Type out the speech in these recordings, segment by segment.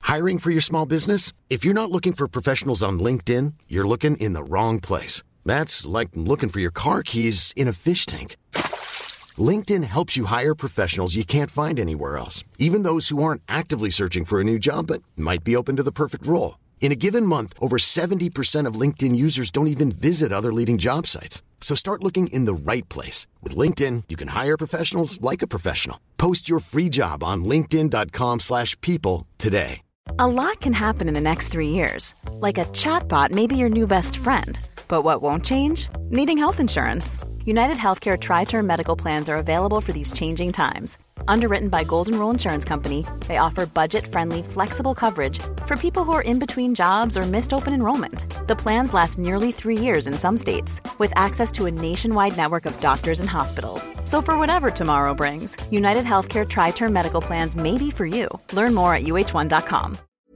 Hiring for your small business? If you're not looking for professionals on LinkedIn, you're looking in the wrong place. That's like looking for your car keys in a fish tank. LinkedIn helps you hire professionals you can't find anywhere else, even those who aren't actively searching for a new job but might be open to the perfect role. In a given month, over 70% of LinkedIn users don't even visit other leading job sites. So start looking in the right place. With LinkedIn, you can hire professionals like a professional. Post your free job on linkedin.com/people today. A lot can happen in the next 3 years. Like a chatbot may be your new best friend. But what won't change? Needing health insurance. United Healthcare Tri-Term Medical Plans are available for these changing times. Underwritten by Golden Rule Insurance Company, they offer budget-friendly, flexible coverage for people who are in between jobs or missed open enrollment. The plans last nearly 3 years in some states, with access to a nationwide network of doctors and hospitals. So for whatever tomorrow brings, United Healthcare Tri-Term Medical Plans may be for you. Learn more at uh1.com.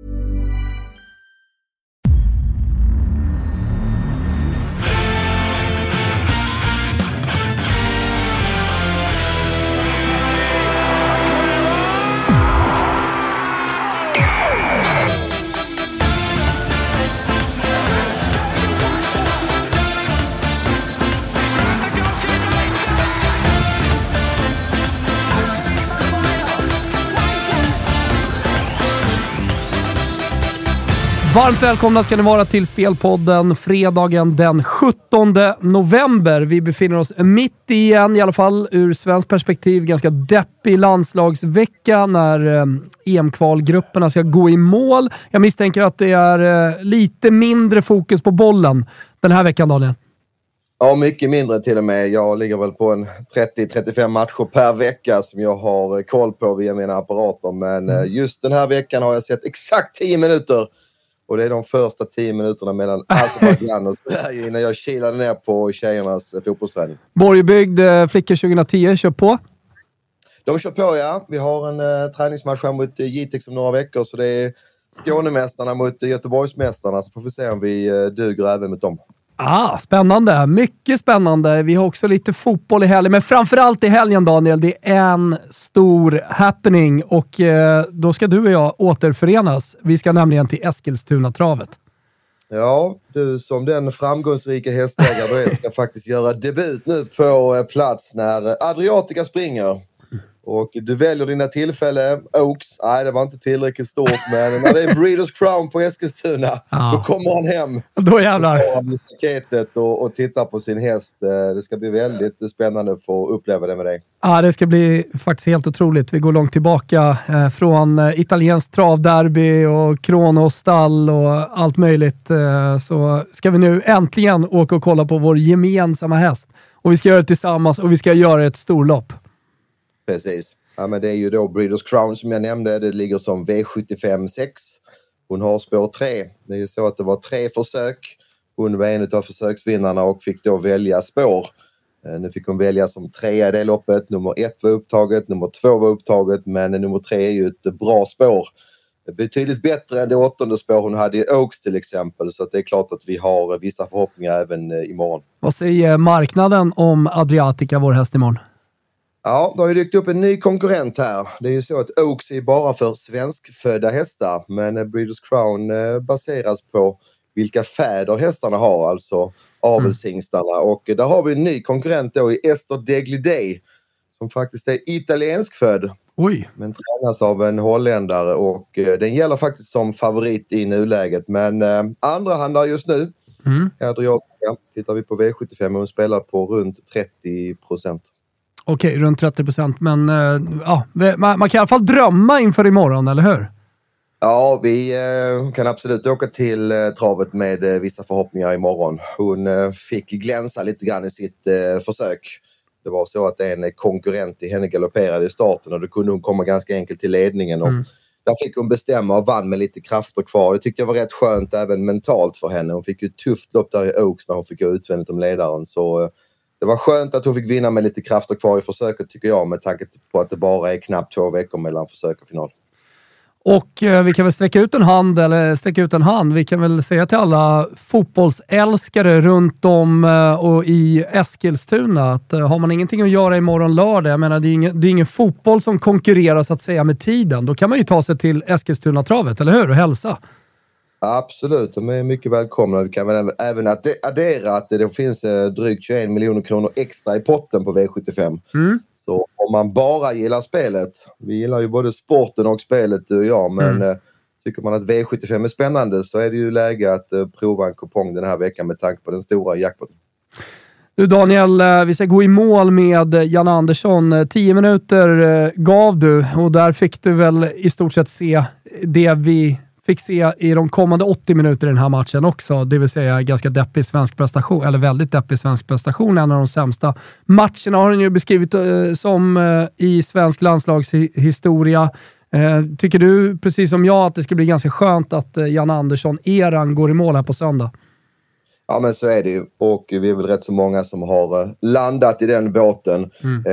Varmt välkomna ska ni vara till Spelpodden fredagen den 17 november. Vi befinner oss mitt igen, i alla fall ur svensk perspektiv, ganska deppig landslagsvecka när EM-kvalgrupperna ska gå i mål. Jag misstänker att det är lite mindre fokus på bollen den här veckan, Daniel. Ja, mycket mindre till och med. Jag ligger väl på en 30-35 matcher per vecka som jag har koll på via mina apparater. Men just den här veckan har jag sett exakt 10 minuter. Och det är de första 10 minuterna mellan Azerbaijan och Sverige innan jag kilade ner på tjejernas fotbollsträning. Borgbygd flickor 2010, kör på? De kör på, ja. Vi har en träningsmatch här mot Jitex om några veckor. Så det är Skånemästarna mot Göteborgsmästarna. Så får vi se om vi duger även mot dem. Spännande. Mycket spännande. Vi har också lite fotboll i helgen. Men framförallt i helgen, Daniel, det är en stor happening. Och då ska du och jag återförenas. Vi ska nämligen till Eskilstuna-travet. Ja, du som den framgångsrika hästägare du är ska faktiskt göra debut nu på plats när Adriatica springer. Och du väljer dina tillfällen. Oaks, nej det var inte tillräckligt stort, men när det är Breeders Crown på Eskilstuna, då kommer han hem. Då jävlar. Och står han i staketet och tittar på sin häst. Det ska bli väldigt spännande att få uppleva det med dig. Ja, det ska bli faktiskt helt otroligt. Vi går långt tillbaka från italiensk travderby och Kronosstall och allt möjligt. Så ska vi nu äntligen åka och kolla på vår gemensamma häst. Och vi ska göra det tillsammans och vi ska göra ett storlopp. Precis. Ja, men det är ju då Breeders Crown som jag nämnde. Det ligger som V75 6. Hon har spår 3. Det är ju så att det var 3 försök. Hon var en av försöksvinnarna och fick då välja spår. Nu fick hon välja som 3 i det loppet. Nummer 1 var upptaget, nummer 2 var upptaget. Men nummer 3 är ju ett bra spår. Betydligt bättre än det 8:e spår hon hade i Oaks till exempel. Så att det är klart att vi har vissa förhoppningar även imorgon. Vad säger marknaden om Adriatica, vår häst imorgon? Ja, det har ju dykt upp en ny konkurrent här. Det är ju så att Oaks är bara för svenskfödda hästar. Men Breeders Crown baseras på vilka fäder hästarna har, alltså avelshingstarna. Och där har vi en ny konkurrent då i Esther Degliday som faktiskt är italiensk född. Oj. Men tränas av en holländare och den gäller faktiskt som favorit i nuläget. Men andra handlar just nu. Adriatica, tittar vi på V75 och hon spelar på runt 30%. Okej, runt 30%. Men man kan i alla fall drömma inför imorgon, eller hur? Ja, vi kan absolut åka till travet med vissa förhoppningar imorgon. Hon fick glänsa lite grann i sitt försök. Det var så att en konkurrent till henne galopperade i starten och då kunde hon komma ganska enkelt till ledningen. Och där fick hon bestämma och vann med lite krafter kvar. Det tyckte jag var rätt skönt även mentalt för henne. Hon fick ju ett tufft lopp där i Oaks när hon fick gå utvändigt om ledaren. Så det var skönt att hon fick vinna med lite krafter kvar i försöket tycker jag, med tanke på att det bara är knappt 2 veckor mellan försök och final. Och vi kan väl sträcka ut en hand. Vi kan väl säga till alla fotbollsälskare runt om och i Eskilstuna att har man ingenting att göra imorgon lördag, jag menar det är ingen fotboll som konkurrerar så att säga med tiden. Då kan man ju ta sig till Eskilstuna-travet, eller hur? Och hälsa. Absolut, de är mycket välkomna. Vi kan väl även addera att det finns drygt 21 miljoner kronor extra i potten på V75. Så om man bara gillar spelet, vi gillar ju både sporten och spelet du och jag, men tycker man att V75 är spännande så är det ju läge att prova en kupong den här veckan med tanke på den stora jackpoten. Du Daniel, vi ska gå i mål med Jan Andersson. 10 minuter gav du och där fick du väl i stort sett se det vi fick se i de kommande 80 minuter i den här matchen också. Det vill säga ganska deppig svensk prestation, eller väldigt deppig svensk prestation. En av de sämsta matcherna har den ju beskrivit som i svensk landslagshistoria. Tycker du, precis som jag, att det ska bli ganska skönt att Jan Andersson-eran går i mål här på söndag? Ja, men så är det ju. Och vi är väl rätt så många som har landat i den båten.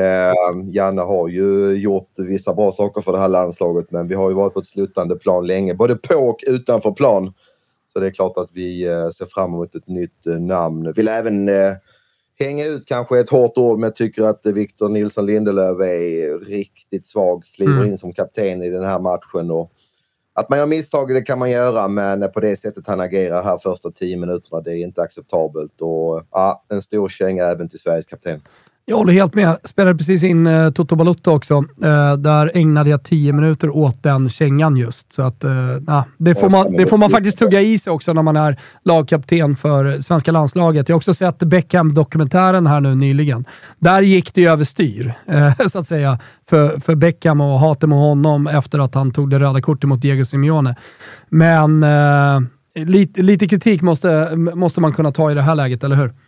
Janne har ju gjort vissa bra saker för det här landslaget, men vi har ju varit på ett slutande plan länge, både på och utanför plan. Så det är klart att vi ser fram emot ett nytt namn. Vill även hänga ut kanske ett hårt ord, men jag tycker att Victor Nilsson Lindelöf är riktigt svag. Kliver in som kapten i den här matchen och att man gör misstag, det kan man göra, men på det sättet han agerar här första 10 minuterna, det är inte acceptabelt. Och en stor känga även till Sveriges kapten. Jag håller helt med. Spelade precis in Toto Balotto också. Där ägnade jag 10 minuter åt den kängan just. Så att det får man faktiskt tugga i sig också när man är lagkapten för svenska landslaget. Jag har också sett Beckham-dokumentären här nu nyligen. Där gick det ju överstyr, så att säga, för Beckham och hatet mot honom efter att han tog det röda kortet mot Diego Simeone. Men lite kritik måste man kunna ta i det här läget, eller hur?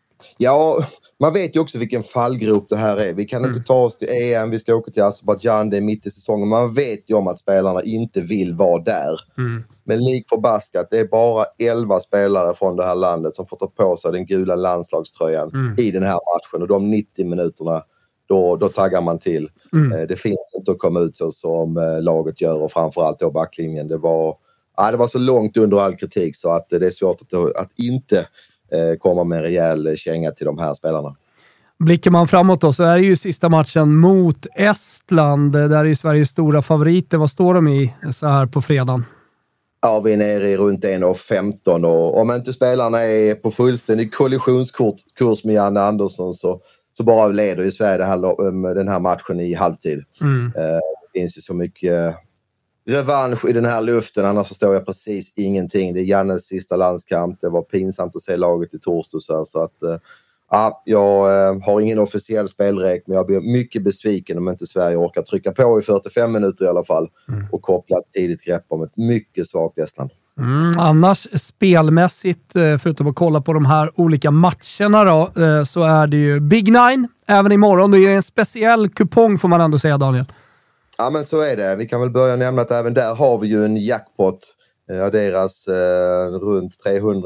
Ja, man vet ju också vilken fallgrop det här är. Vi kan inte ta oss till EM, vi ska åka till Azerbaijan, det är mitt i säsongen. Man vet ju om att spelarna inte vill vara där. Men lik förbaskat, det är bara 11 spelare från det här landet som får ta på sig den gula landslagströjan i den här matchen. Och de 90 minuterna, då taggar man till. Det finns inte att komma ut så som laget gör, och framförallt då backlinjen. Det var så långt under all kritik så att det är svårt att inte komma med en rejäl känga till de här spelarna. Blickar man framåt då så är det ju sista matchen mot Estland. Där är ju Sveriges stora favoriter. Vad står de i så här på fredagen? Ja, vi är nere i runt 1,15 och om inte spelarna är på fullständig kollisionskurs med Janne Andersson så bara leder ju Sverige den här matchen i halvtid. Det finns ju så mycket revansch i den här luften, annars förstår jag precis ingenting. Det är Jannes sista landskamp. Det var pinsamt att se laget i torsdags. Så att, jag har ingen officiell spelräk, men jag blir mycket besviken om inte Sverige orkar trycka på i 45 minuter i alla fall och koppla ett tidigt grepp om ett mycket svagt Estland. Annars spelmässigt, förutom att kolla på de här olika matcherna då, så är det ju Big Nine även imorgon. Det är en speciell kupong får man ändå säga, Daniel. Ja, men så är det. Vi kan väl börja nämna att även där har vi ju en jackpot. Deras runt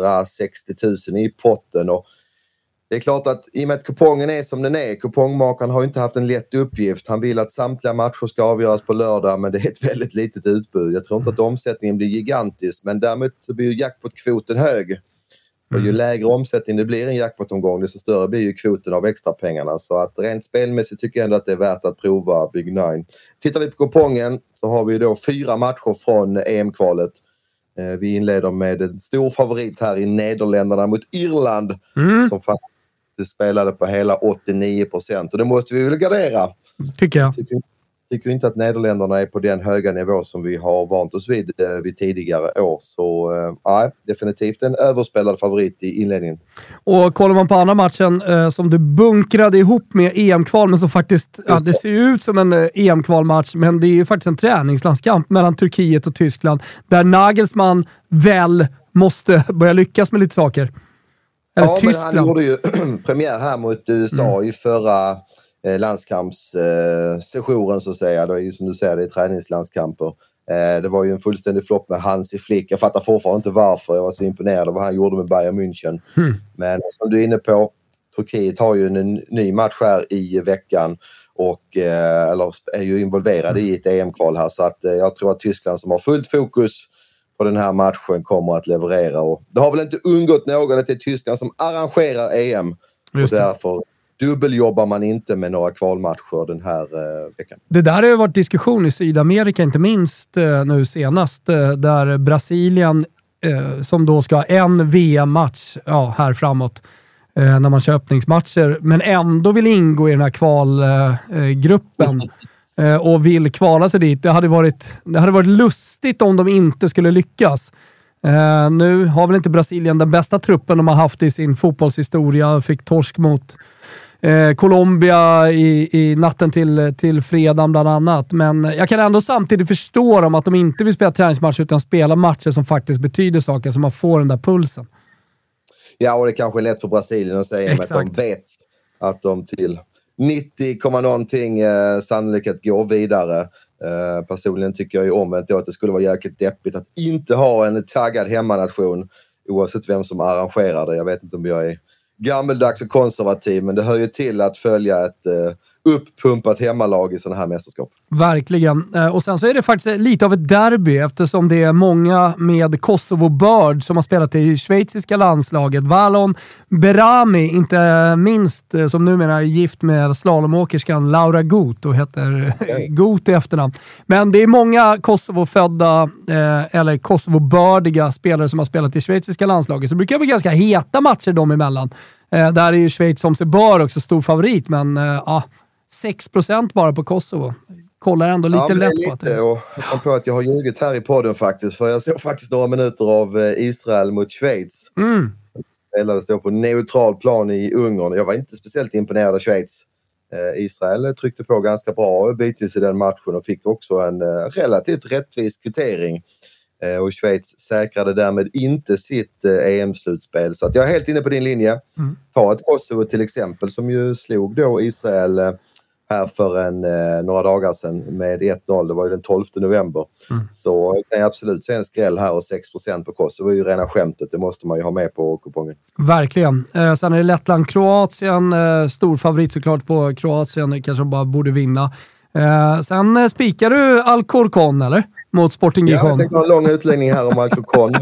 360 000 i potten. Och det är klart att i och med att kupongen är som den är, kupongmakaren har ju inte haft en lätt uppgift. Han vill att samtliga matcher ska avgöras på lördag, men det är ett väldigt litet utbud. Jag tror inte att omsättningen blir gigantisk, men däremot så blir ju jackpotkvoten hög. Och ju lägre omsättning det blir en jackpotomgång, desto större blir ju kvoten av extra pengarna. Så att rent spelmässigt tycker jag ändå att det är värt att prova Big Nine. Tittar vi på kupongen så har vi då 4 matcher från EM-kvalet. Vi inleder med en stor favorit här i Nederländerna mot Irland som faktiskt spelade på hela 89%. Och det måste vi väl gardera. Tycker jag. Tycker inte att Nederländerna är på den höga nivå som vi har vant oss vid tidigare år. Så definitivt en överspelad favorit i inledningen. Och kollar man på andra matchen som du bunkrade ihop med EM-kval, men som faktiskt, det ser ut som en EM-kvalmatch, men det är ju faktiskt en träningslandskamp mellan Turkiet och Tyskland, där Nagelsmann väl måste börja lyckas med lite saker. Eller Tyskland. Men han gjorde ju premiär här mot USA i förra landskampssessionen så att säga. Det är ju som du säger, det är träningslandskamper. Det var ju en fullständig flopp med Hansi Flick. Jag fattar fortfarande inte varför. Jag var så imponerad av vad han gjorde med Bayern München. Men som du är inne på, Turkiet har ju en ny match här i veckan. och eller är ju involverade i ett EM-kval här, så att jag tror att Tyskland som har fullt fokus på den här matchen kommer att leverera, och det har väl inte undgått någon att det är Tyskland som arrangerar EM och därför dubbeljobbar man inte med några kvalmatcher den här veckan. Det där har ju varit diskussion i Sydamerika, inte minst nu senast, där Brasilien som då ska ha en VM-match här framåt när man kör öppningsmatcher, men ändå vill ingå i den här kvalgruppen och vill kvala sig dit. Det hade varit lustigt om de inte skulle lyckas. Nu har väl inte Brasilien den bästa truppen de har haft i sin fotbollshistoria. Fick torsk mot Colombia i natten till fredagen bland annat. Men jag kan ändå samtidigt förstå dem att de inte vill spela träningsmatcher utan spela matcher som faktiskt betyder saker, så man får den där pulsen. Ja, och det kanske är lätt för Brasilien att säga att de vet att de till 90,någonting sannolikhet går vidare. Personligen tycker jag ju om att det skulle vara jäkligt deppigt att inte ha en taggad hemmanation oavsett vem som arrangerar det. Jag vet inte om jag är gammeldags och konservativ, men det hör ju till att följa ett upppumpat hemmalag i sådana här mästerskap. Verkligen. Och sen så är det faktiskt lite av ett derby eftersom det är många med Kosovo-börd som har spelat i schweiziska landslaget. Valon Berami, inte minst, som numera är gift med slalomåkerskan Laura Gut och heter Gut i efternamn. Men det är många Kosovo-födda eller Kosovo-bördiga spelare som har spelat i schweiziska landslaget. Så det brukar bli ganska heta matcher dem emellan. Där är ju Schweiz som sig bör också stor favorit, men 6% bara på Kosovo. Kollar ändå lite lätt på att det. Och jag kom på att jag har ljugit här i podden faktiskt, för jag såg faktiskt några minuter av Israel mot Schweiz. Som spelades då på neutral plan i Ungern. Jag var inte speciellt imponerad av Schweiz. Israel tryckte på ganska bra bitvis i den matchen och fick också en relativt rättvis kvittering. Och Schweiz säkrade därmed inte sitt EM-slutspel. Så att jag är helt inne på din linje. Ta ett Kosovo till exempel som ju slog då Israel här för några dagar sedan med 1-0. Det var ju den 12 november. Så kan jag absolut se en skräll här, och 6% på Kosovo är ju rena skämtet. Det måste man ju ha med på kupongen. Verkligen. Sen är det Lettland, Kroatien. Stor favorit såklart på Kroatien. Kanske bara borde vinna. Sen spikar du Alcorcon, eller? Mot Sporting Gijon. Jag tänkte ha en lång utläggning här om Alcorcon.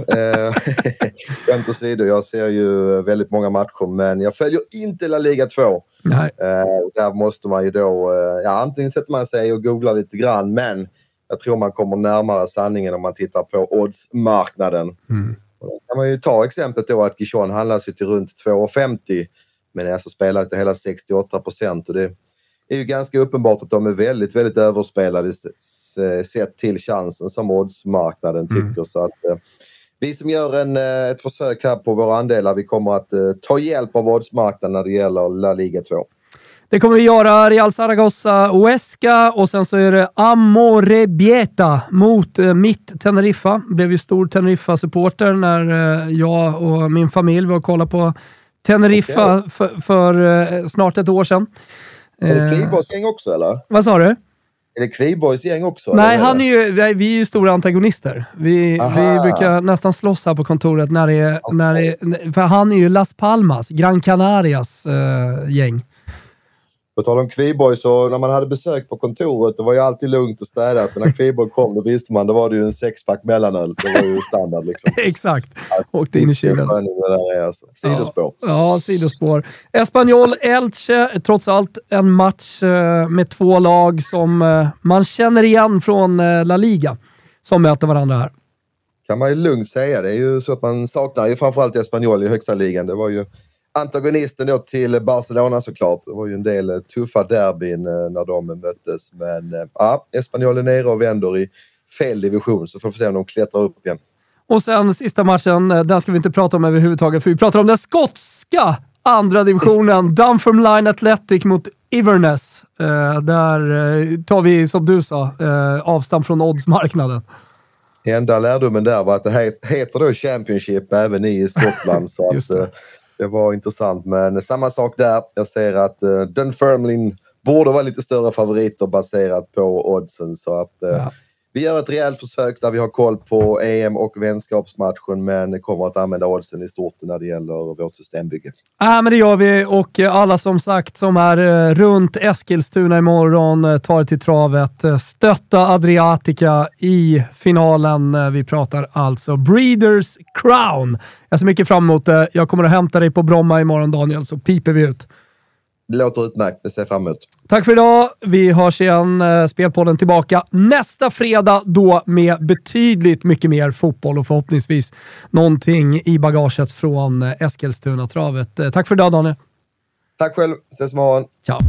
Skämt åsido, jag ser ju väldigt många matcher, men jag följer inte La Liga 2. Nej. Där måste man ju då, antingen sätter man sig och googlar lite grann, men jag tror man kommer närmare sanningen om man tittar på oddsmarknaden. Och då kan man ju ta exemplet då att Gijon handlar sig till runt 2,50, men är alltså spelat till hela 68%, och det är ju ganska uppenbart att de är väldigt, väldigt överspelade sett till chansen som oddsmarknaden tycker. Så att vi som gör ett försök här på våra andelar, vi kommer att ta hjälp av oddsmarknaden när det gäller La Liga 2. Det kommer vi göra. Real Zaragoza, Huesca, och sen så är det Amorebieta mot mitt Teneriffa. Blev ju stor Teneriffa-supporter när jag och min familj var och kollade på Teneriffa för snart ett år sedan. Är det Kviborgs gäng också, eller? Vad sa du? Är det Kviborgs gäng också? Nej, vi är ju stora antagonister. Vi brukar nästan slåss här på kontoret för han är ju Las Palmas, Gran Canarias gäng. På tal om Kviborg, så när man hade besök på kontoret, det var ju alltid lugnt och städat, men när Kviborg kom, då visste man, då var det ju en 6-pack mellanöl. Det var ju standard liksom. Exakt. Åkte in i kylen. Sidospår. Ja, sidospår. Espanyol Elche, trots allt en match med två lag som man känner igen från La Liga, som möter varandra här. Kan man ju lugnt säga. Det är ju så att man saknar ju framförallt Espanyol i högsta ligan. Det var ju antagonisten då till Barcelona såklart. Det var ju en del tuffa derbyn när de möttes. Men Espanyol är nere och vänder i fel division, så får vi se om de klättrar upp igen. Och sen sista matchen, den ska vi inte prata om överhuvudtaget, för vi pratar om den skotska andra divisionen. Dunfermline Athletic mot Inverness. Där tar vi, som du sa, avstamp från oddsmarknaden. Enda lärdomen där var att det heter då Championship även i Skottland. Så att, det var intressant, men samma sak där. Jag ser att Dunfermline borde vara lite större favoriter baserat på oddsen. Så att Vi gör ett rejält försök där vi har koll på EM och vänskapsmatchen, men kommer att använda oddsen i stort när det gäller vårt systembygge. Men det gör vi, och alla som sagt som är runt Eskilstuna imorgon tar till travet. Stötta Adriatica i finalen. Vi pratar alltså Breeders Crown. Jag ser mycket fram emot det. Jag kommer att hämta dig på Bromma imorgon, Daniel, så piper vi ut. Det låter utmärkt, det ser fram emot. Tack för idag. Vi hörs igen. Spelpodden tillbaka nästa fredag, då med betydligt mycket mer fotboll och förhoppningsvis någonting i bagaget från Eskilstuna-travet. Tack för idag, Daniel. Tack själv. Ses imorgon. Ciao.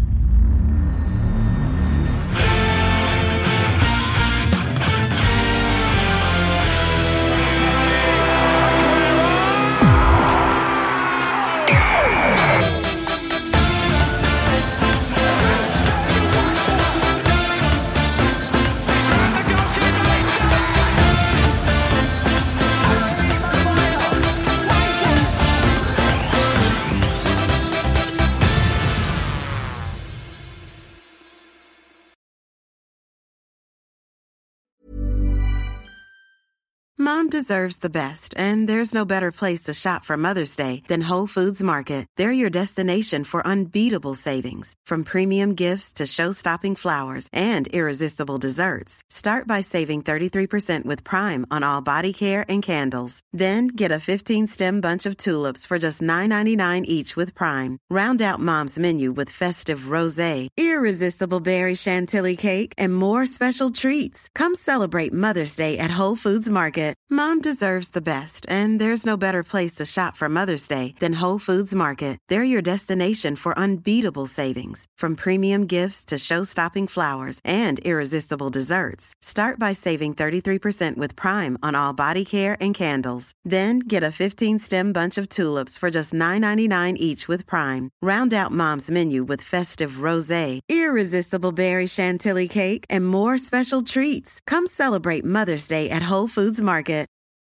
Mom deserves the best, and there's no better place to shop for Mother's Day than Whole Foods Market. They're your destination for unbeatable savings, from premium gifts to show-stopping flowers and irresistible desserts. Start by saving 33% with Prime on all body care and candles. Then get a 15-stem bunch of tulips for just $9.99 each with Prime. Round out Mom's menu with festive rosé, irresistible berry chantilly cake, and more special treats. Come celebrate Mother's Day at Whole Foods Market. Mom deserves the best, and there's no better place to shop for Mother's Day than Whole Foods Market. They're your destination for unbeatable savings, from premium gifts to show-stopping flowers and irresistible desserts. Start by saving 33% with Prime on all body care and candles. Then get a 15-stem bunch of tulips for just $9.99 each with Prime. Round out Mom's menu with festive rosé, irresistible berry chantilly cake, and more special treats. Come celebrate Mother's Day at Whole Foods Market.